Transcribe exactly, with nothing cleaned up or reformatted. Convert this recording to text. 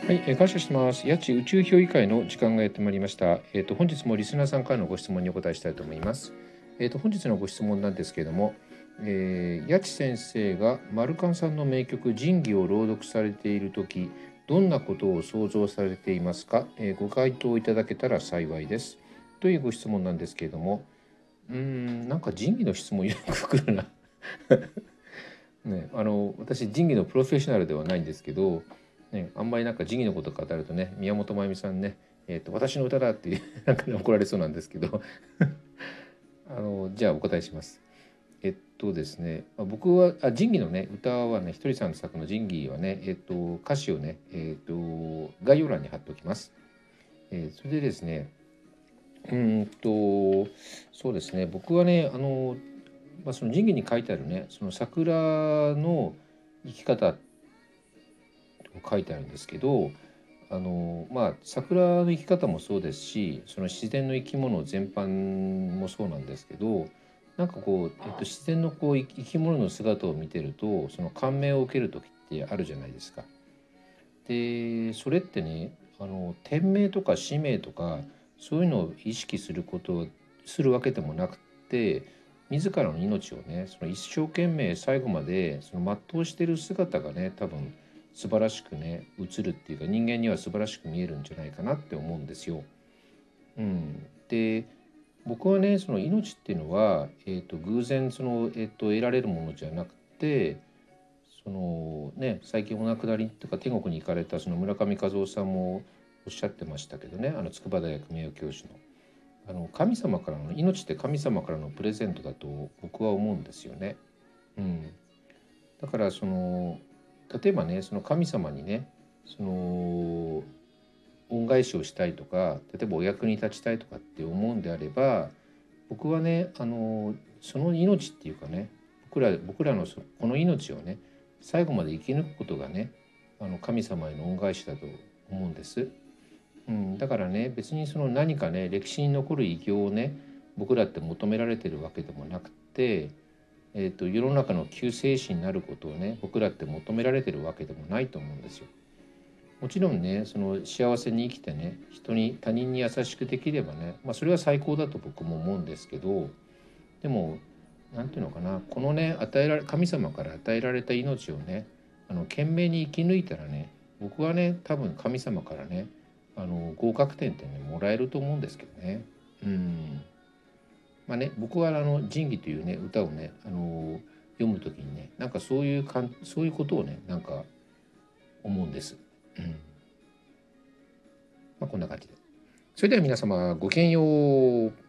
はい、えー感謝してます。八千宇宙評議会の時間がやってまいりました。えっ、と、本日もリスナーさんからのご質問にお答えしたいと思います。えっ、と、本日のご質問なんですけれども、えー、八千先生が丸ンさんの名曲仁義を朗読されているとき、どんなことを想像されていますか？えーご回答いただけたら幸いです。というご質問なんですけれども、うーん、なんか仁義の質問よく来るな。ね、あの私仁義のプロフェッショナルではないんですけど、ね、あんまりなんか仁義のこと語るとね、宮本真由美さんね、えーと私の歌だっていうなんか、ね、怒られそうなんですけどあのじゃあお答えします。えっとですね、まあ僕はあ仁義のね歌はね、ひとりさんの作の仁義はね、えっと歌詞をね、えっと概要欄に貼っておきます。えーそれでですね、うーんとそうですね、僕はね、あの、まあ、その仁義に書いてあるね、その桜の生き方書いてあるんですけど、あのまあ桜の生き方もそうですし、その自然の生き物全般もそうなんですけど、なんかこう、えっと、自然のこう生き物の姿を見てると、その感銘を受ける時ってあるじゃないですか。でそれってね、あの天命とか使命とかそういうのを意識することをするわけでもなくて、自らの命をね、その一生懸命最後までその全うしてる姿がね、多分素晴らしくね映るっていうか、人間には素晴らしく見えるんじゃないかなって思うんですよ。うん、で僕はね、その命っていうのは、えー、と偶然その、えー、と得られるものじゃなくて、そのね、最近お亡くなりとか天国に行かれたその村上和夫さんもおっしゃってましたけどね、あの筑波大学名誉教授のあの神様からの、命って神様からのプレゼントだと僕は思うんですよね。うん、だからその例えばね、その神様にね、その恩返しをしたいとか、例えばお役に立ちたいとかって思うんであれば、僕はね、あのその命っていうかね、僕ら僕らのそこの命をね、最後まで生き抜くことがね、あの神様への恩返しだと思うんです。うん、だからね、別にその何かね、歴史に残る偉業をね、僕らって求められてるわけでもなくて、えーと、世の中の救世主になることをね、僕らって求められてるわけでもないと思うんですよ。もちろんね、その幸せに生きてね、人に他人に優しくできればね、まあ、それは最高だと僕も思うんですけど、でもなんていうのかな、このね、与えられ神様から与えられた命をね、あの懸命に生き抜いたらね、僕はね、多分神様からね、あの合格点ってねもらえると思うんですけどね。うん。まあね、僕はあの仁義というね歌をね、あの読むときにね、なんかそういうかんそういうことをね、なんか思うんです。うん。まあこんな感じで。それでは皆様ごきげんよう。